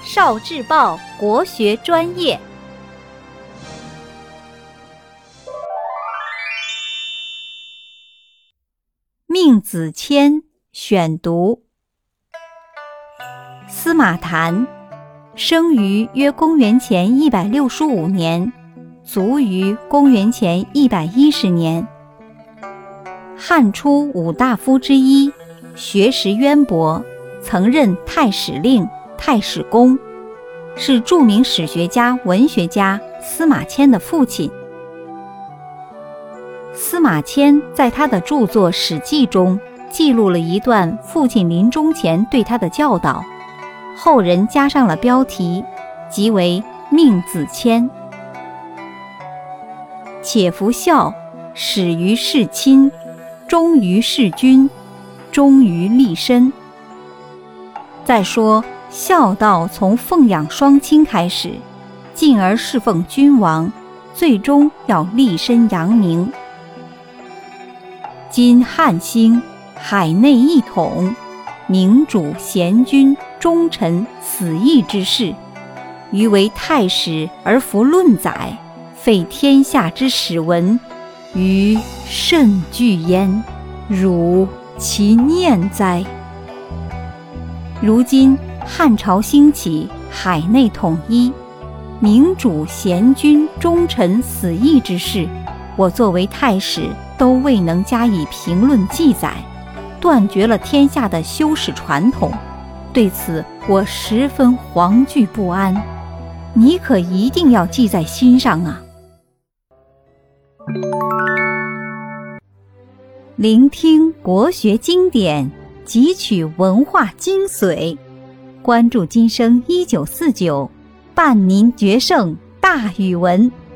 少智报国学专业。命子谦选读。司马谈，生于约公元前165年，卒于公元前110年。汉初五大夫之一，学识渊博，曾任太史令、太史公，是著名史学家、文学家司马迁的父亲。司马迁在他的著作《史记》中记录了一段父亲临终前对他的教导，后人加上了标题，即为命子谦。且夫孝，始于事亲，忠于事君，忠于立身。再说孝道从奉养双亲开始，进而侍奉君王，最终要立身扬名。今汉兴，海内一统，明主贤君，忠臣死义之士，余为太史而弗论载，废天下之史文，余甚惧焉，汝其念哉？如今汉朝兴起，海内统一，明主贤君，忠臣死义之事，我作为太史都未能加以评论记载，断绝了天下的修史传统，对此我十分惶惧不安，你可一定要记在心上啊！聆听国学经典，汲取文化精髓，关注今生1949，伴您决胜大语文。